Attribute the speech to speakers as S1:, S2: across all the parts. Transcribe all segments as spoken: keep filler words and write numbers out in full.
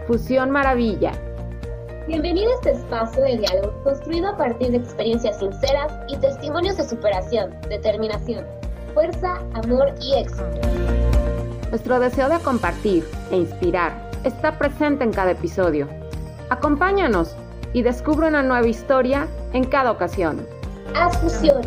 S1: Fusión Maravilla.
S2: Bienvenido a este espacio de diálogo construido a partir de experiencias sinceras y testimonios de superación, determinación, fuerza, amor y éxito.
S1: Nuestro deseo de compartir e inspirar está presente en cada episodio. Acompáñanos y descubre una nueva historia en cada ocasión.
S2: Haz fusión.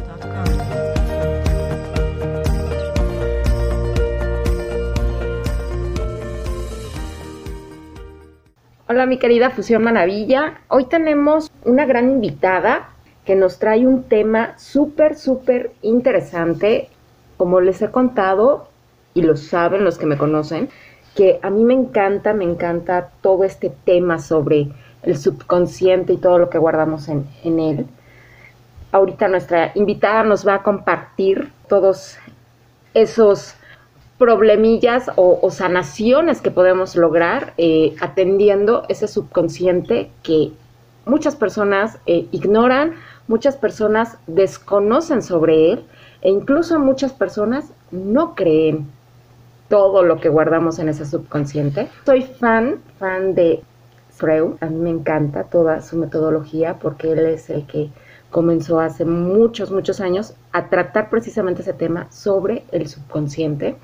S1: Hola mi querida Fusión Maravilla, hoy tenemos una gran invitada que nos trae un tema súper, súper interesante. Como les he contado, y lo saben los que me conocen, que a mí me encanta, me encanta todo este tema sobre el subconsciente y todo lo que guardamos en, en él. Ahorita nuestra invitada nos va a compartir todos esos problemillas o, o sanaciones que podemos lograr eh, atendiendo ese subconsciente que muchas personas eh, ignoran, muchas personas desconocen sobre él e incluso muchas personas no creen todo lo que guardamos en ese subconsciente. Soy fan, fan de Freud, a mí me encanta toda su metodología porque él es el que comenzó hace muchos, muchos años a tratar precisamente ese tema sobre el subconsciente.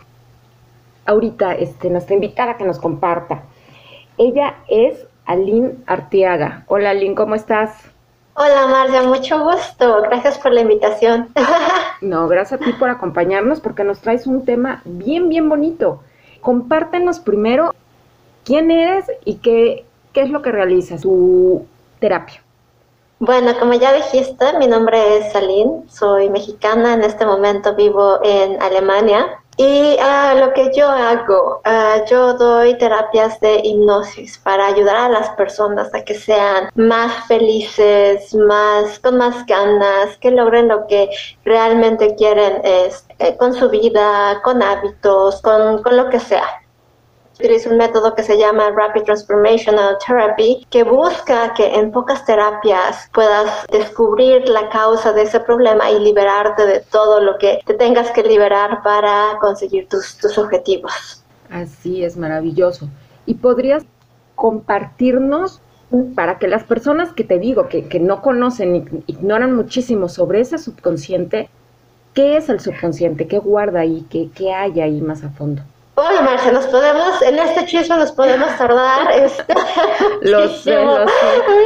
S1: Ahorita este, nuestra invitada que nos comparta, ella es Aline Arteaga. Hola Aline, ¿cómo estás?
S3: Hola Marcia, mucho gusto, gracias por la invitación.
S1: No, gracias a ti por acompañarnos porque nos traes un tema bien, bien bonito. Compártenos primero quién eres y qué, qué es lo que realizas, tu terapia.
S3: Bueno, como ya dijiste, mi nombre es Aline, soy mexicana, en este momento vivo en Alemania. Y uh, lo que yo hago, uh, yo doy terapias de hipnosis para ayudar a las personas a que sean más felices, más con más ganas, que logren lo que realmente quieren es, eh, con su vida, con hábitos, con, con lo que sea. Utilizo un método que se llama Rapid Transformational Therapy, que busca que en pocas terapias puedas descubrir la causa de ese problema y liberarte de todo lo que te tengas que liberar para conseguir tus, tus objetivos.
S1: Así es, maravilloso. ¿Y podrías compartirnos, para que las personas que te digo, que, que no conocen, ignoran muchísimo sobre ese subconsciente, qué es el subconsciente, qué guarda ahí, qué, qué hay ahí más a fondo?
S3: Oye, Marcia, nos podemos, en este chisme nos podemos tardar. Este,
S1: lo sé, lo sé.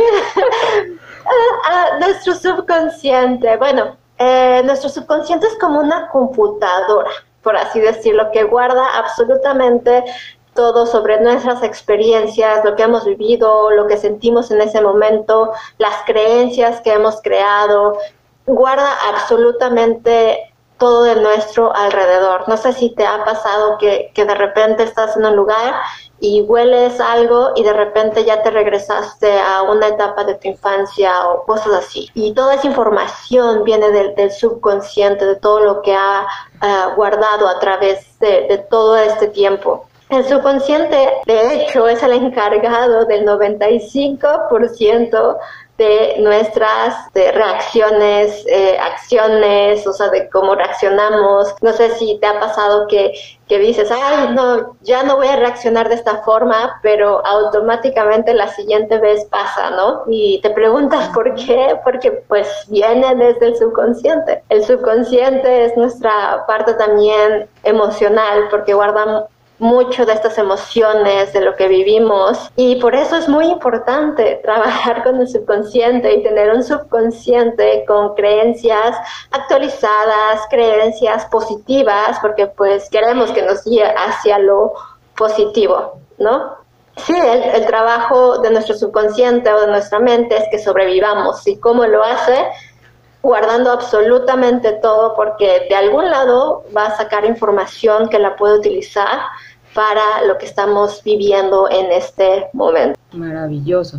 S3: ah, ah, nuestro subconsciente, bueno, eh, nuestro subconsciente es como una computadora, por así decirlo, que guarda absolutamente todo sobre nuestras experiencias, lo que hemos vivido, lo que sentimos en ese momento, las creencias que hemos creado, guarda absolutamente todo de nuestro alrededor. No sé si te ha pasado que, que de repente estás en un lugar y hueles algo y de repente ya te regresaste a una etapa de tu infancia o cosas así. Y toda esa información viene del, del subconsciente, de todo lo que ha uh, guardado a través de, de todo este tiempo. El subconsciente, de hecho, es el encargado del noventa y cinco por ciento de nuestras de reacciones, eh, acciones, o sea, de cómo reaccionamos. No sé si te ha pasado que, que dices, ay, no, ya no voy a reaccionar de esta forma, pero automáticamente la siguiente vez pasa, ¿no? Y te preguntas por qué, porque pues viene desde el subconsciente. El subconsciente es nuestra parte también emocional, porque guardamos mucho de estas emociones, de lo que vivimos, y por eso es muy importante trabajar con el subconsciente y tener un subconsciente con creencias actualizadas, creencias positivas, porque pues queremos que nos guíe hacia lo positivo, ¿no? Sí, el, el trabajo de nuestro subconsciente o de nuestra mente es que sobrevivamos. ¿Y cómo lo hace? Guardando absolutamente todo, porque de algún lado va a sacar información que la puede utilizar para lo que estamos viviendo en este momento.
S1: Maravilloso.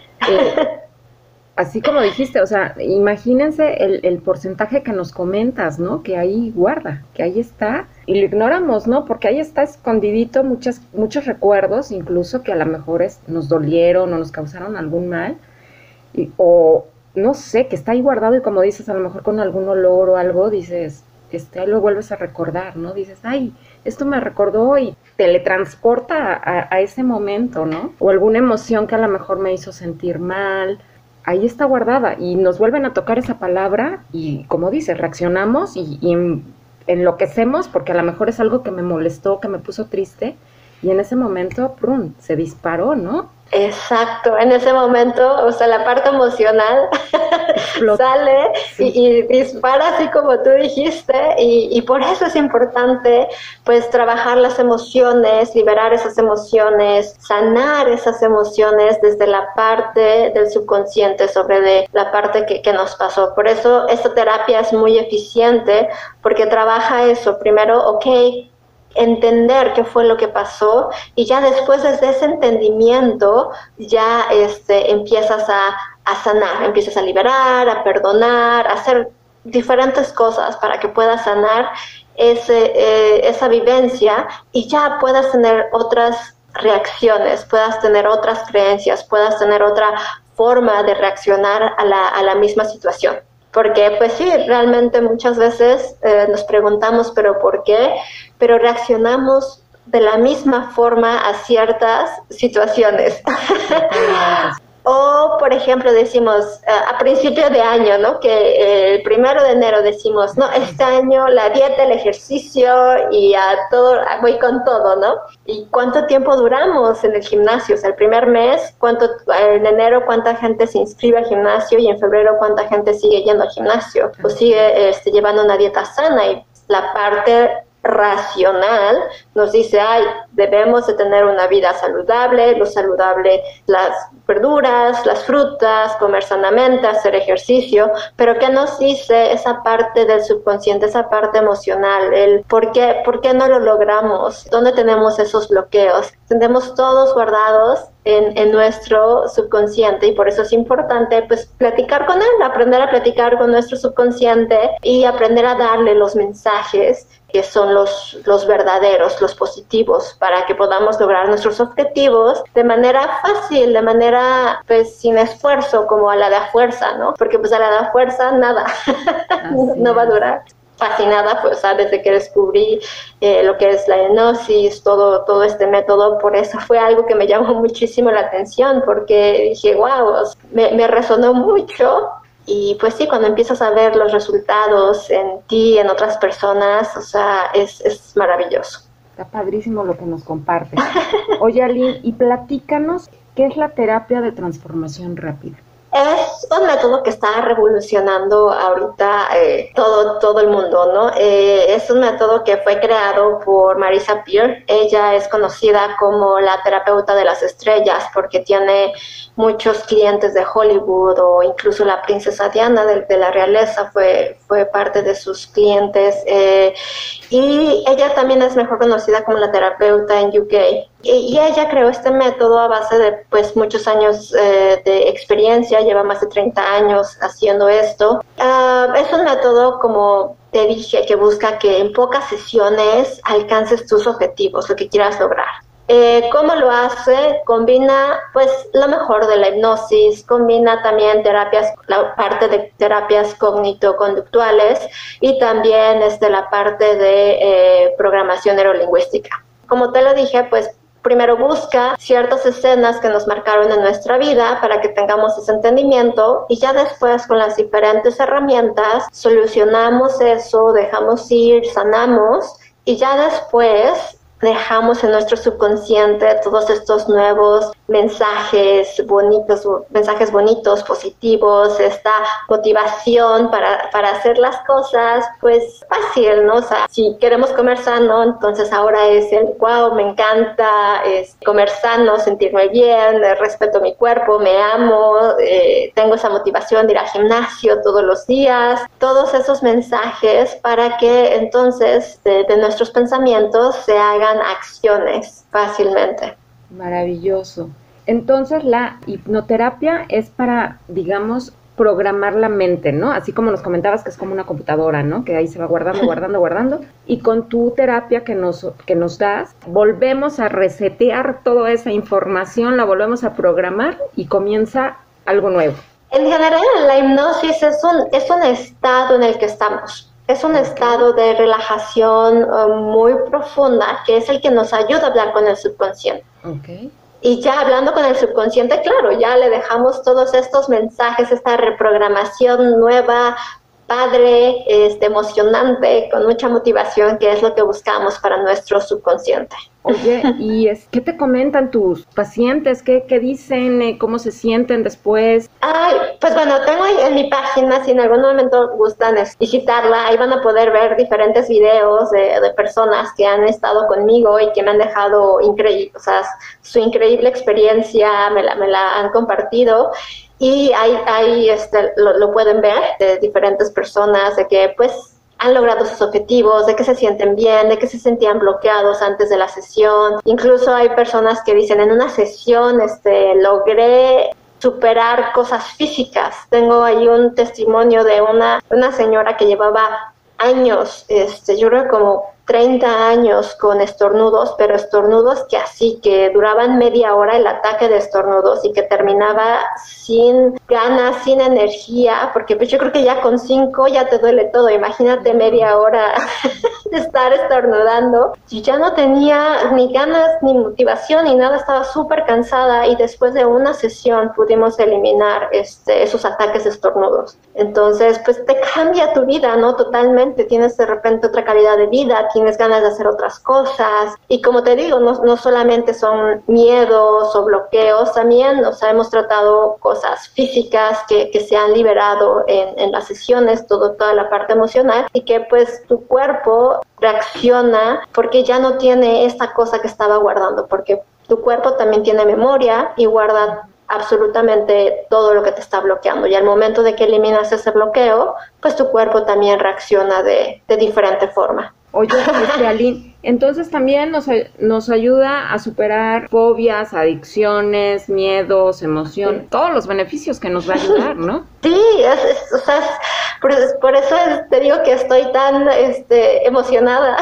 S1: Eh, así como dijiste, o sea, imagínense el, el porcentaje que nos comentas, ¿no? Que ahí guarda, que ahí está, y lo ignoramos, ¿no? Porque ahí está escondidito muchas, muchos recuerdos, incluso que a lo mejor es, nos dolieron o nos causaron algún mal, y, o no sé, que está ahí guardado y como dices, a lo mejor con algún olor o algo, dices, este, ahí lo vuelves a recordar, ¿no? Dices, ay, esto me recordó y teletransporta a, a ese momento, ¿no? O alguna emoción que a lo mejor me hizo sentir mal, ahí está guardada y nos vuelven a tocar esa palabra y, como dices, reaccionamos y, y en, enloquecemos porque a lo mejor es algo que me molestó, que me puso triste y en ese momento, ¡prum!, se disparó, ¿no?
S3: Exacto, en ese momento, o sea, la parte emocional sale sí. y, y dispara así como tú dijiste y, y por eso es importante pues trabajar las emociones, liberar esas emociones, sanar esas emociones desde la parte del subconsciente sobre de la parte que, que nos pasó. Por eso esta terapia es muy eficiente porque trabaja eso, primero, ok, entender qué fue lo que pasó y ya después desde ese entendimiento ya este, empiezas a, a sanar, empiezas a liberar, a perdonar, a hacer diferentes cosas para que puedas sanar ese, eh, esa vivencia y ya puedas tener otras reacciones, puedas tener otras creencias, puedas tener otra forma de reaccionar a la, a la misma situación. Porque pues sí, realmente muchas veces eh, nos preguntamos, ¿pero por qué? Pero reaccionamos de la misma forma a ciertas situaciones. O, por ejemplo, decimos uh, a principio de año, ¿no? Que eh, el primero de enero decimos, no, este año la dieta, el ejercicio y a todo, voy con todo, ¿no? ¿Y cuánto tiempo duramos en el gimnasio? O sea, el primer mes, cuánto, en enero cuánta gente se inscribe al gimnasio y en febrero cuánta gente sigue yendo al gimnasio o sigue este, llevando una dieta sana y la parte racional nos dice, ay, debemos de tener una vida saludable, lo saludable, las verduras, las frutas, comer sanamente, hacer ejercicio, pero ¿qué nos dice esa parte del subconsciente, esa parte emocional? El ¿por qué, por qué no lo logramos? ¿Dónde tenemos esos bloqueos? Tenemos todos guardados en, en nuestro subconsciente y por eso es importante pues platicar con él, aprender a platicar con nuestro subconsciente y aprender a darle los mensajes que son los, los verdaderos, los positivos, para que podamos lograr nuestros objetivos de manera fácil, de manera pues sin esfuerzo, como a la de a fuerza, ¿no? Porque pues a la de a fuerza nada, no va a durar. Fascinada, pues, o sea, desde que descubrí eh, lo que es la hipnosis, todo, todo este método, por eso fue algo que me llamó muchísimo la atención, porque dije, wow, me, me resonó mucho. Y pues sí, cuando empiezas a ver los resultados en ti, en otras personas, o sea, es, es maravilloso.
S1: Está padrísimo lo que nos compartes. Oye, Aline, y platícanos, ¿qué es la terapia de transformación rápida?
S3: Es un método que está revolucionando ahorita eh, todo, todo el mundo, ¿no? Eh, es un método que fue creado por Marisa Peer. Ella es conocida como la terapeuta de las estrellas porque tiene muchos clientes de Hollywood o incluso la princesa Diana de, de la realeza fue, fue parte de sus clientes. Eh, y ella también es mejor conocida como la terapeuta en U K. Y ella creó este método a base de pues muchos años eh, de experiencia, lleva más de treinta años haciendo esto. Uh, es un método, como te dije, que busca que en pocas sesiones alcances tus objetivos, lo que quieras lograr. Eh, ¿Cómo lo hace? Combina pues lo mejor de la hipnosis, combina también terapias, la parte de terapias cognito-conductuales y también este, la parte de eh, programación neurolingüística. Como te lo dije, pues primero busca ciertas escenas que nos marcaron en nuestra vida para que tengamos ese entendimiento y ya después con las diferentes herramientas solucionamos eso, dejamos ir, sanamos y ya después dejamos en nuestro subconsciente todos estos nuevos mensajes bonitos, mensajes bonitos, positivos, esta motivación para, para hacer las cosas, pues fácil, ¿no? O sea, si queremos comer sano, entonces ahora es el wow, me encanta es comer sano, sentirme bien, respeto mi cuerpo, me amo, eh, tengo esa motivación de ir al gimnasio todos los días, todos esos mensajes para que entonces de, de nuestros pensamientos se hagan acciones fácilmente.
S1: Maravilloso. Entonces la hipnoterapia es para, digamos, programar la mente, ¿no? Así como nos comentabas que es como una computadora, ¿no? Que ahí se va guardando, guardando, guardando. Y con tu terapia que nos, que nos das, volvemos a resetear toda esa información, la volvemos a programar y comienza algo nuevo.
S3: En general, la hipnosis es un, es un estado en el que estamos. Es un okay. estado de relajación uh, muy profunda, que es el que nos ayuda a hablar con el subconsciente.
S1: Okay.
S3: Y ya hablando con el subconsciente, claro, ya le dejamos todos estos mensajes, esta reprogramación nueva, padre, este, emocionante, con mucha motivación, que es lo que buscamos para nuestro subconsciente.
S1: Oye, ¿y es, qué te comentan tus pacientes? ¿Qué, qué dicen? ¿Cómo se sienten después?
S3: Ay, pues bueno, tengo en mi página, si en algún momento gustan visitarla, ahí van a poder ver diferentes videos de, de personas que han estado conmigo y que me han dejado increíble, o sea, su increíble experiencia, me la, me la han compartido. Y ahí, ahí este, lo, lo pueden ver de diferentes personas, de que pues han logrado sus objetivos, de que se sienten bien, de que se sentían bloqueados antes de la sesión. Incluso hay personas que dicen, en una sesión este, logré superar cosas físicas. Tengo ahí un testimonio de una, una señora que llevaba años, este, yo creo como treinta años con estornudos, pero estornudos que así, que duraban media hora el ataque de estornudos y que terminaba sin ganas, sin energía, porque pues yo creo que ya con cinco ya te duele todo, imagínate media hora de estar estornudando. Y ya no tenía ni ganas, ni motivación, ni nada, estaba súper cansada y después de una sesión pudimos eliminar este, esos ataques de estornudos. Entonces, pues te cambia tu vida, ¿no? Totalmente, tienes de repente otra calidad de vida, tienes ganas de hacer otras cosas y como te digo, no, no solamente son miedos o bloqueos, también, o sea, hemos tratado cosas físicas que, que se han liberado en, en las sesiones, todo, toda la parte emocional y que pues tu cuerpo reacciona porque ya no tiene esta cosa que estaba guardando, porque tu cuerpo también tiene memoria y guarda absolutamente todo lo que te está bloqueando y al momento de que eliminas ese bloqueo, pues tu cuerpo también reacciona de, de diferente forma.
S1: Oye, este, Aline, entonces también nos, nos ayuda a superar fobias, adicciones, miedos, emoción, sí. Todos los beneficios que nos va a ayudar, ¿no?
S3: Sí, es, es, o sea, es, por, por eso es, te digo que estoy tan este, emocionada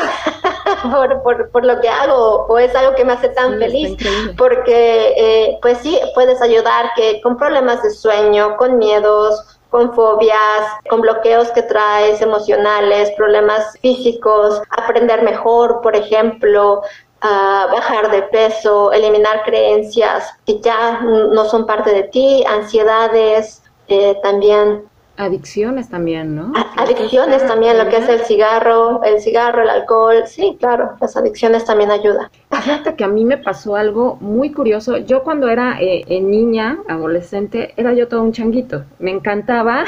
S3: por, por, por lo que hago, o es algo que me hace tan sí, feliz, porque eh, pues sí, puedes ayudar que con problemas de sueño, con miedos, con fobias, con bloqueos que traes emocionales, problemas físicos, aprender mejor, por ejemplo, uh, bajar de peso, eliminar creencias que ya no son parte de ti, ansiedades, eh, también.
S1: Adicciones también, ¿no?
S3: A- adicciones también, lo que es el cigarro, el cigarro, el alcohol, sí, claro, las adicciones también ayudan.
S1: Fíjate que a mí me pasó algo muy curioso. Yo cuando era eh, eh, niña, adolescente, era yo todo un changuito. Me encantaba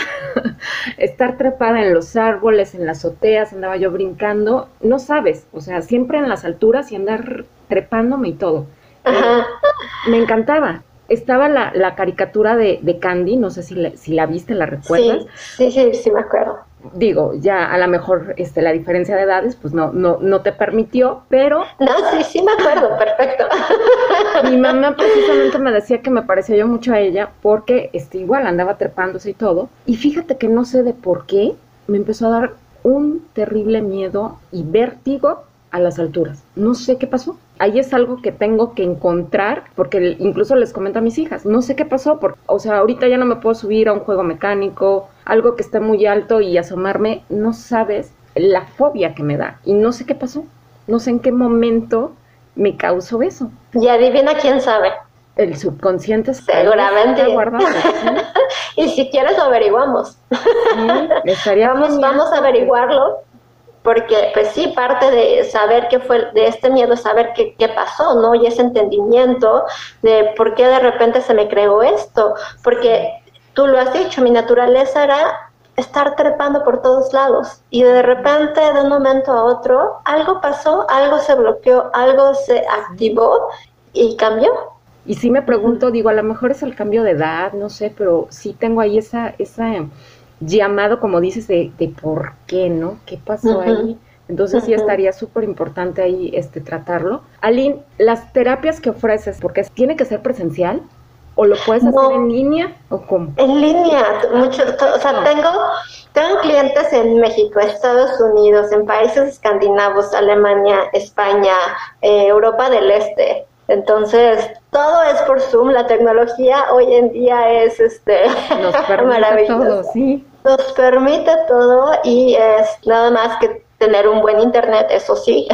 S1: estar trepada en los árboles, en las azoteas, andaba yo brincando. No sabes, o sea, siempre en las alturas y andar trepándome y todo.
S3: Ajá.
S1: Eh, me encantaba. Estaba la, la caricatura de, de Candy, no sé si la, si la viste, ¿la recuerdas?
S3: Sí, sí, sí, sí me acuerdo.
S1: Digo, ya a lo mejor este, la diferencia de edades pues no, no, no te permitió, pero...
S3: No, sí, sí me acuerdo, perfecto.
S1: Mi mamá precisamente me decía que me parecía yo mucho a ella porque este, igual andaba trepándose y todo. Y fíjate que no sé de por qué me empezó a dar un terrible miedo y vértigo a las alturas. No sé qué pasó. Ahí es algo que tengo que encontrar, porque incluso les comento a mis hijas, no sé qué pasó, porque, o sea, ahorita ya no me puedo subir a un juego mecánico, algo que esté muy alto y asomarme, no sabes la fobia que me da, y no sé qué pasó, no sé en qué momento me causó eso.
S3: Y adivina quién sabe.
S1: El subconsciente
S3: seguramente
S1: está guardado, ¿sí?
S3: Y si quieres lo averiguamos.
S1: Sí, estaría
S3: vamos,
S1: genial.
S3: vamos a averiguarlo. Porque, pues sí, parte de saber qué fue, de este miedo, saber qué, qué pasó, ¿no? Y ese entendimiento de por qué de repente se me creó esto. Porque tú lo has dicho, mi naturaleza era estar trepando por todos lados. Y de repente, de un momento a otro, algo pasó, algo se bloqueó, algo se activó y cambió.
S1: Y sí me pregunto, digo, a lo mejor es el cambio de edad, no sé, pero sí tengo ahí esa... esa llamado, como dices, de, de por qué, ¿no? ¿Qué pasó uh-huh. ahí? Entonces uh-huh. sí estaría súper importante ahí este, tratarlo. Aline, las terapias que ofreces, porque tiene que ser presencial, ¿o lo puedes
S3: no.
S1: hacer en línea, o cómo?
S3: En línea, mucho, o sea, no. tengo, tengo clientes en México, Estados Unidos, en países escandinavos, Alemania, España, eh, Europa del Este. Entonces, todo es por Zoom, la tecnología hoy en día es este
S1: Nos permite todo, sí.
S3: nos permite todo y es nada más que tener un buen internet, eso sí,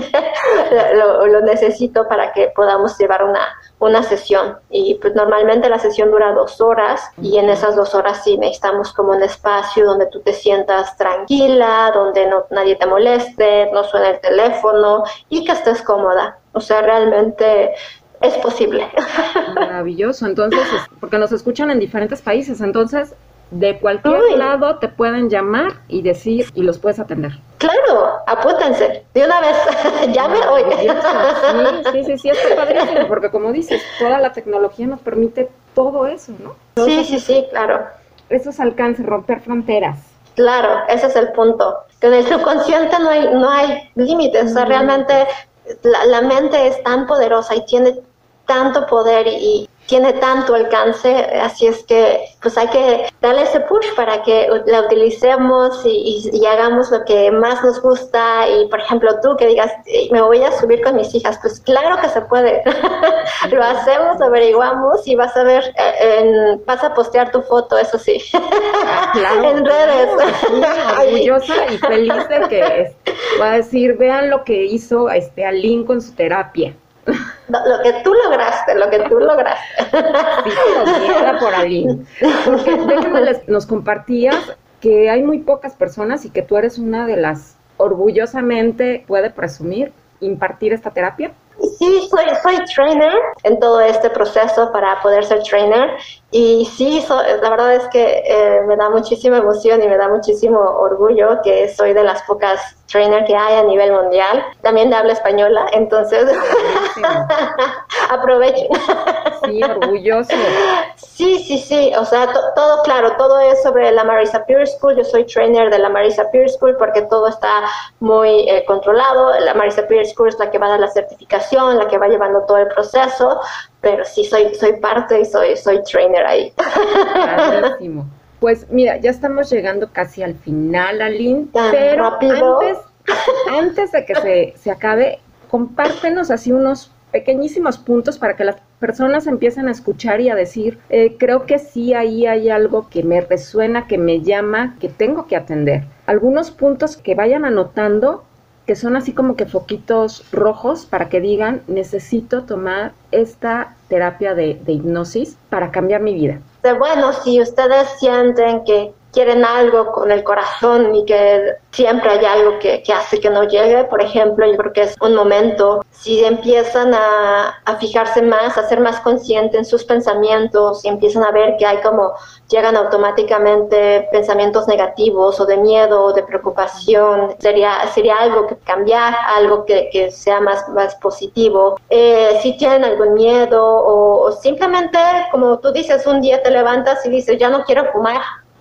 S3: lo, lo necesito para que podamos llevar una, una sesión. Y pues normalmente la sesión dura dos horas y en esas dos horas sí necesitamos como un espacio donde tú te sientas tranquila, donde no, nadie te moleste, no suene el teléfono y que estés cómoda. O sea, realmente es posible.
S1: Maravilloso. Entonces, porque nos escuchan en diferentes países, entonces de cualquier
S3: Uy.
S1: lado te pueden llamar y decir y los puedes atender.
S3: Claro, apúntense, de una vez, llame hoy.
S1: Sí, sí, sí, sí, está padrísimo, porque como dices, toda la tecnología nos permite todo eso, ¿no?
S3: Sí, sí, sí, claro.
S1: Eso es alcance, romper fronteras.
S3: Claro, ese es el punto. Que en el subconsciente no hay, no hay límites, o sea, realmente la, la mente es tan poderosa y tiene tanto poder y, y tiene tanto alcance, así es que pues hay que darle ese push para que la utilicemos y, y, y hagamos lo que más nos gusta. Y por ejemplo tú que digas, me voy a subir con mis hijas, pues claro que se puede. Lo hacemos, averiguamos y vas a ver, en, vas a postear tu foto, eso sí,
S1: ah, claro,
S3: en redes.
S1: Sí, orgullosa y feliz de que este, va a decir, vean lo que hizo este Aline con su terapia.
S3: Lo, lo que tú lograste, lo que tú lograste.
S1: Sí, lo por Aline. Porque déjame les, nos compartías que hay muy pocas personas y que tú eres una de las orgullosamente, puede presumir, impartir esta terapia.
S3: Sí, soy, soy trainer en todo este proceso para poder ser trainer y sí, so, la verdad es que eh, me da muchísima emoción y me da muchísimo orgullo que soy de las pocas trainer que hay a nivel mundial, también de habla española, entonces aprovechen.
S1: Sí, orgulloso.
S3: Sí, sí, sí, o sea, to, todo claro, todo es sobre la Marisa Peer School, yo soy trainer de la Marisa Peer School porque todo está muy eh, controlado, la Marisa Peer School es la que va a dar la certificación, la que va llevando todo el proceso, pero sí soy, soy parte y soy, soy trainer ahí.
S1: Padrísimo. Pues mira, ya estamos llegando casi al final, Aline,
S3: Tan
S1: pero
S3: rápido.
S1: antes, antes de que se, se acabe, compártenos así unos pequeñísimos puntos para que las personas empiecen a escuchar y a decir, eh, creo que sí, ahí hay algo que me resuena, que me llama, que tengo que atender. Algunos puntos que vayan anotando, que son así como que foquitos rojos para que digan, necesito tomar esta terapia de, de hipnosis para cambiar mi vida.
S3: Bueno, si ustedes sienten que quieren algo con el corazón y que siempre hay algo que, que hace que no llegue, por ejemplo, yo creo que es un momento, si empiezan a, a fijarse más, a ser más conscientes en sus pensamientos y empiezan a ver que hay como, llegan automáticamente pensamientos negativos o de miedo o de preocupación, sería, sería algo que cambiar, algo que, que sea más, más positivo. Eh, si tienen algún miedo o, o simplemente, como tú dices, un día te levantas y dices, ya no quiero fumar.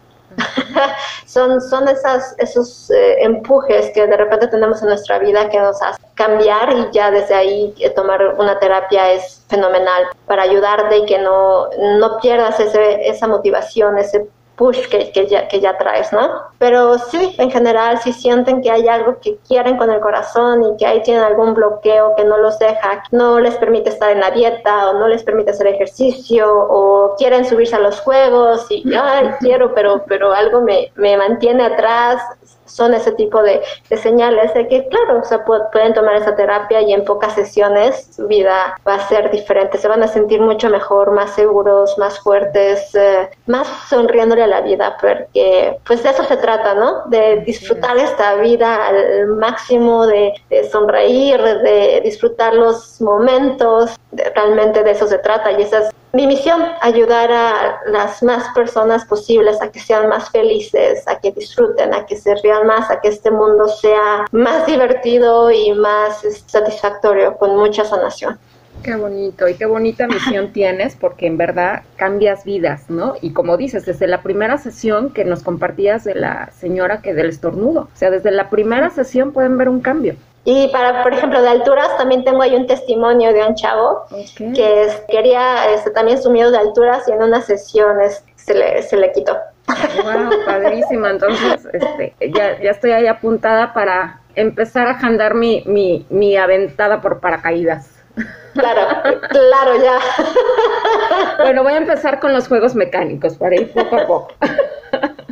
S3: son son esas, esos eh, empujes que de repente tenemos en nuestra vida que nos hacen cambiar y ya desde ahí eh, tomar una terapia es fenomenal para ayudarte y que no, no pierdas ese, esa motivación, ese push que, que, ya, que ya traes, ¿no? Pero sí, en general, si sienten que hay algo que quieren con el corazón y que ahí tienen algún bloqueo que no los deja, no les permite estar en la dieta o no les permite hacer ejercicio o quieren subirse a los juegos y, ay, quiero, pero, pero algo me, me mantiene atrás, son ese tipo de, de señales de que, claro, o sea, pueden tomar esa terapia y en pocas sesiones su vida va a ser diferente, se van a sentir mucho mejor, más seguros, más fuertes, eh, más sonriéndole a la vida, porque pues de eso se trata, ¿no? De disfrutar esta vida al máximo, de, de sonreír, de disfrutar los momentos, de, realmente de eso se trata y esa es mi misión, ayudar a las más personas posibles a que sean más felices, a que disfruten, a que se rían más, a que este mundo sea más divertido y más satisfactorio, con mucha sanación.
S1: Qué bonito y qué bonita misión tienes, porque en verdad cambias vidas, ¿no? Y como dices, desde la primera sesión que nos compartías de la señora que del estornudo, o sea, desde la primera sesión pueden ver un cambio.
S3: Y para, por ejemplo, de alturas, también tengo ahí un testimonio de un chavo okay. que es, quería este, también su miedo de alturas y en unas sesiones se le, se le quitó.
S1: Wow, padrísimo. Entonces, este, ya, ya estoy ahí apuntada para empezar a agendar mi, mi, mi aventada por paracaídas.
S3: Claro, claro, ya.
S1: Bueno, voy a empezar con los juegos mecánicos para ir poco a poco.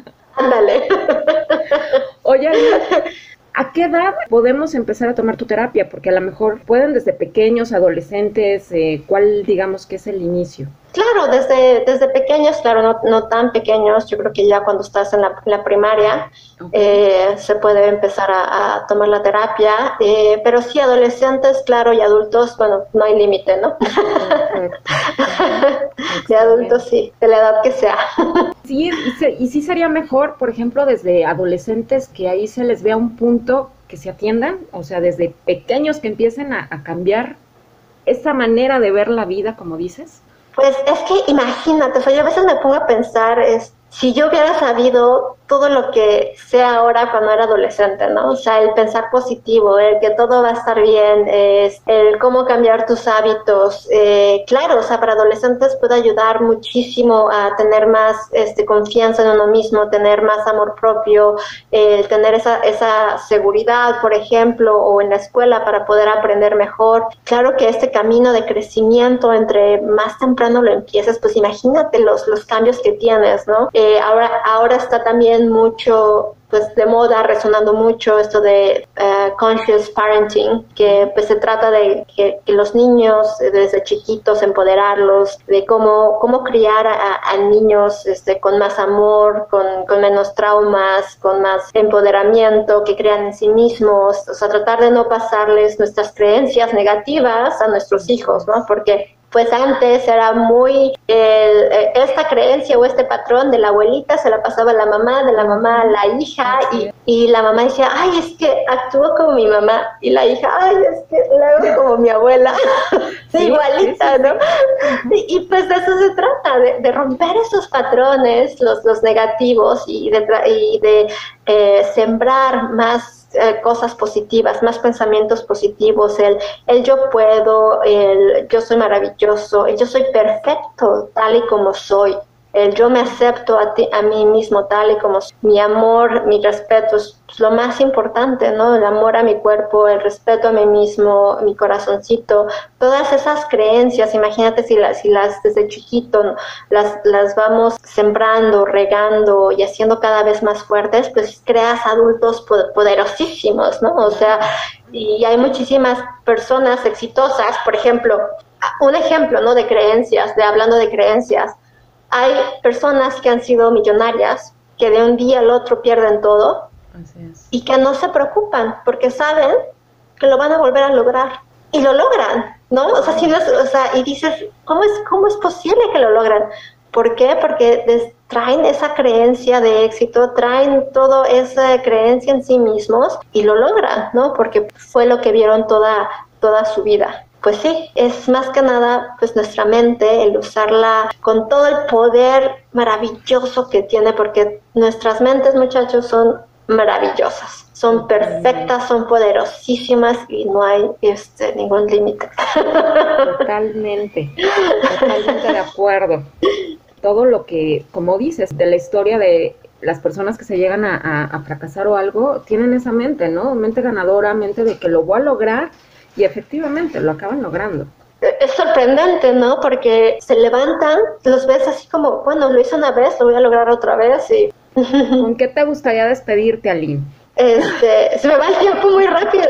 S3: Ándale.
S1: Oye, ¿a qué edad podemos empezar a tomar tu terapia? Porque a lo mejor pueden desde pequeños, adolescentes, eh, ¿cuál digamos que es el inicio?
S3: Claro, desde, desde pequeños, claro, no, no tan pequeños, yo creo que ya cuando estás en la, en la primaria okay. eh, se puede empezar a, a tomar la terapia, eh, pero sí, adolescentes, claro, y adultos, bueno, no hay límite, ¿no? De adultos sí, de la edad que sea.
S1: Sí, y, se, y sí sería mejor, por ejemplo, desde adolescentes que ahí se les vea un punto que se atiendan, o sea, desde pequeños que empiecen a, a cambiar esa manera de ver la vida, como dices.
S3: Pues es que imagínate, o sea, yo a veces me pongo a pensar, es, si yo hubiera sabido todo lo que sé ahora cuando era adolescente, ¿no? O sea, el pensar positivo, el que todo va a estar bien, es el cómo cambiar tus hábitos. Eh, claro, o sea, para adolescentes puede ayudar muchísimo a tener más este, confianza en uno mismo, tener más amor propio, eh, tener esa, esa seguridad, por ejemplo, o en la escuela para poder aprender mejor. Claro que este camino de crecimiento, entre más temprano lo empieces, pues imagínate los, los cambios que tienes, ¿no? Eh, ahora, ahora está también mucho pues de moda, resonando mucho esto de uh, conscious parenting, que pues se trata de que, que los niños desde chiquitos empoderarlos, de cómo, cómo criar a, a niños este, con más amor, con, con menos traumas, con más empoderamiento, que crean en sí mismos, o sea, tratar de no pasarles nuestras creencias negativas a nuestros hijos, ¿no? Porque pues antes era muy, el, esta creencia o este patrón de la abuelita se la pasaba a la mamá, de la mamá a la hija, y, y la mamá decía, ay, es que actúo como mi mamá, y la hija, ay, es que la hago como mi abuela, sí, igualita, ¿no? Y, y pues de eso se trata, de, de romper esos patrones, los, los negativos, y de, y de eh, sembrar más Eh, cosas positivas, más pensamientos positivos, el, el yo puedo, el yo soy maravilloso, el yo soy perfecto tal y como soy, el yo me acepto a, ti, a mí mismo tal y como soy. Mi amor, mi respeto es lo más importante, ¿no? El amor a mi cuerpo, el respeto a mí mismo, mi corazoncito, todas esas creencias, imagínate si las, si las desde chiquito, ¿no? las, las vamos sembrando, regando y haciendo cada vez más fuertes, pues creas adultos poderosísimos, ¿no? O sea, y hay muchísimas personas exitosas, por ejemplo, un ejemplo, ¿no? De creencias, de hablando de creencias, hay personas que han sido millonarias, que de un día al otro pierden todo. Así es. Y que no se preocupan porque saben que lo van a volver a lograr y lo logran, ¿no? O sea, si no es, o sea, y dices, ¿cómo es, cómo es posible que lo logran? ¿Por qué? Porque des, traen esa creencia de éxito, traen toda esa creencia en sí mismos y lo logran, ¿no? Porque fue lo que vieron toda, toda su vida. Pues sí, es más que nada pues nuestra mente, el usarla con todo el poder maravilloso que tiene, porque nuestras mentes, muchachos, son maravillosas, son perfectas, son poderosísimas y no hay este ningún límite.
S1: Totalmente, totalmente de acuerdo. Todo lo que, como dices, de la historia de las personas que se llegan a, a, a fracasar o algo, tienen esa mente, ¿no? Mente ganadora, mente de que lo voy a lograr, y efectivamente lo acaban logrando.
S3: Es sorprendente, ¿no? Porque se levantan, los ves así como, bueno, lo hice una vez, lo voy a lograr otra vez y...
S1: ¿Con qué te gustaría despedirte, Aline?
S3: Este, se me va el tiempo muy rápido.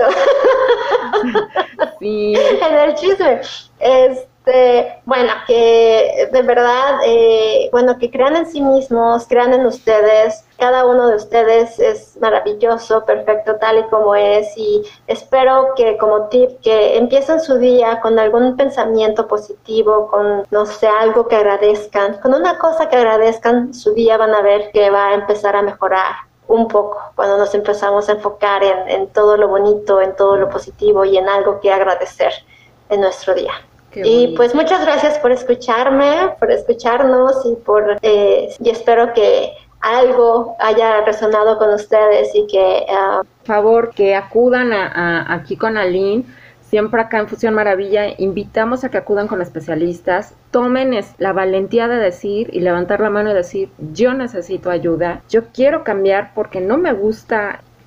S1: Sí.
S3: En el chisme. Este, bueno, que de verdad, eh, bueno, que crean en sí mismos, crean en ustedes. Cada uno de ustedes es maravilloso, perfecto, tal y como es. Y espero que como tip, que empiecen su día con algún pensamiento positivo, con, no sé, algo que agradezcan. Con una cosa que agradezcan, su día van a ver que va a empezar a mejorar un poco cuando nos empezamos a enfocar en, en todo lo bonito, en todo lo positivo y en algo que agradecer en nuestro día. Y pues muchas gracias por escucharme, por escucharnos y por eh, y espero que algo haya resonado con ustedes y que uh...
S1: por favor que acudan a, a, aquí con Aline. Siempre acá en Fusión Maravilla invitamos a que acudan con especialistas, tomen es, la valentía de decir y levantar la mano y decir, yo necesito ayuda, yo quiero cambiar porque no me gusta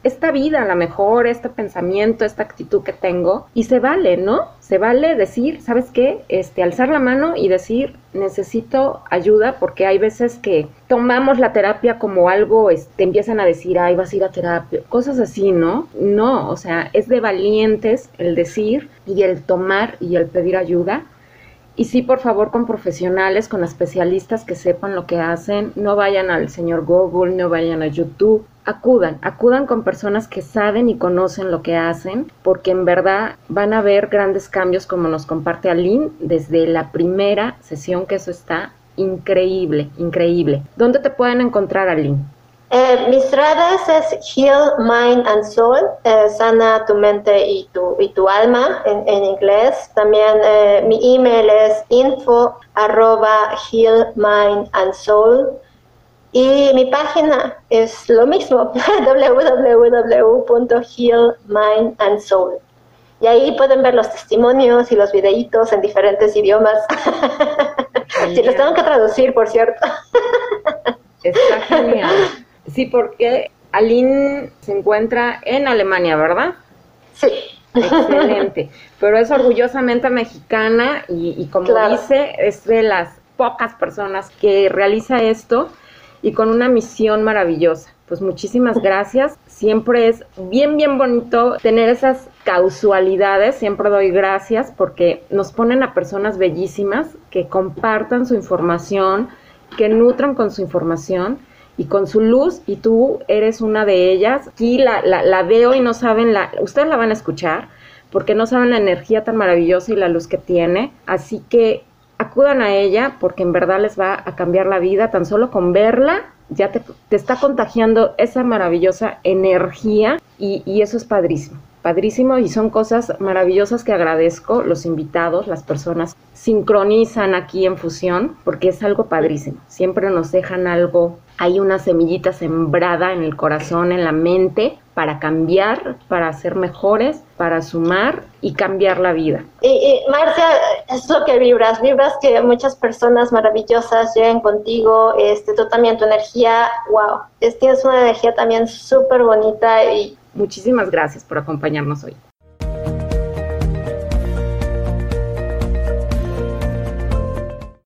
S1: esta vida, a lo mejor, este pensamiento, esta actitud que tengo, y se vale, ¿no? Se vale decir, ¿sabes qué? Este, alzar la mano y decir, necesito ayuda, porque hay veces que tomamos la terapia como algo, este, empiezan a decir, ay, vas a ir a terapia, cosas así, ¿no? No, o sea, es de valientes el decir y el tomar y el pedir ayuda. Y sí, por favor, con profesionales, con especialistas que sepan lo que hacen. No vayan al señor Google, no vayan a YouTube. Acudan, acudan con personas que saben y conocen lo que hacen, porque en verdad van a ver grandes cambios, como nos comparte Aline desde la primera sesión, que eso está increíble, increíble. ¿Dónde te pueden encontrar, Aline?
S3: Eh, mis redes es Heal Mind and Soul, eh, sana tu mente y tu, y tu alma en, en inglés. También eh, mi email es info arroba heal mind and soul. Y mi página es lo mismo, w w w punto heal mind and soul. Y ahí pueden ver los testimonios y los videitos en diferentes idiomas. Si los tengo que traducir, por cierto.
S1: Está genial. Sí, porque Aline se encuentra en Alemania, ¿verdad?
S3: Sí.
S1: Excelente. Pero es orgullosamente mexicana y, y como claro. dice, es de las pocas personas que realiza esto y con una misión maravillosa. Pues muchísimas gracias. Siempre es bien, bien bonito tener esas causalidades. Siempre doy gracias porque nos ponen a personas bellísimas que compartan su información, que nutran con su información y con su luz, y tú eres una de ellas. Aquí la, la, la veo y no saben, la, ustedes la van a escuchar, porque no saben la energía tan maravillosa y la luz que tiene, así que acudan a ella, porque en verdad les va a cambiar la vida, tan solo con verla, ya te, te está contagiando esa maravillosa energía, y, y eso es padrísimo. Padrísimo, y son cosas maravillosas que agradezco. Los invitados, las personas sincronizan aquí en Fusión, porque es algo padrísimo. Siempre nos dejan algo, hay una semillita sembrada en el corazón, en la mente, para cambiar, para ser mejores, para sumar y cambiar la vida.
S3: Y, y Marcia, es lo que vibras, vibras que muchas personas maravillosas lleguen contigo, este, tú también, tu energía, wow, es, tienes una energía también súper bonita. Y
S1: muchísimas gracias por acompañarnos hoy.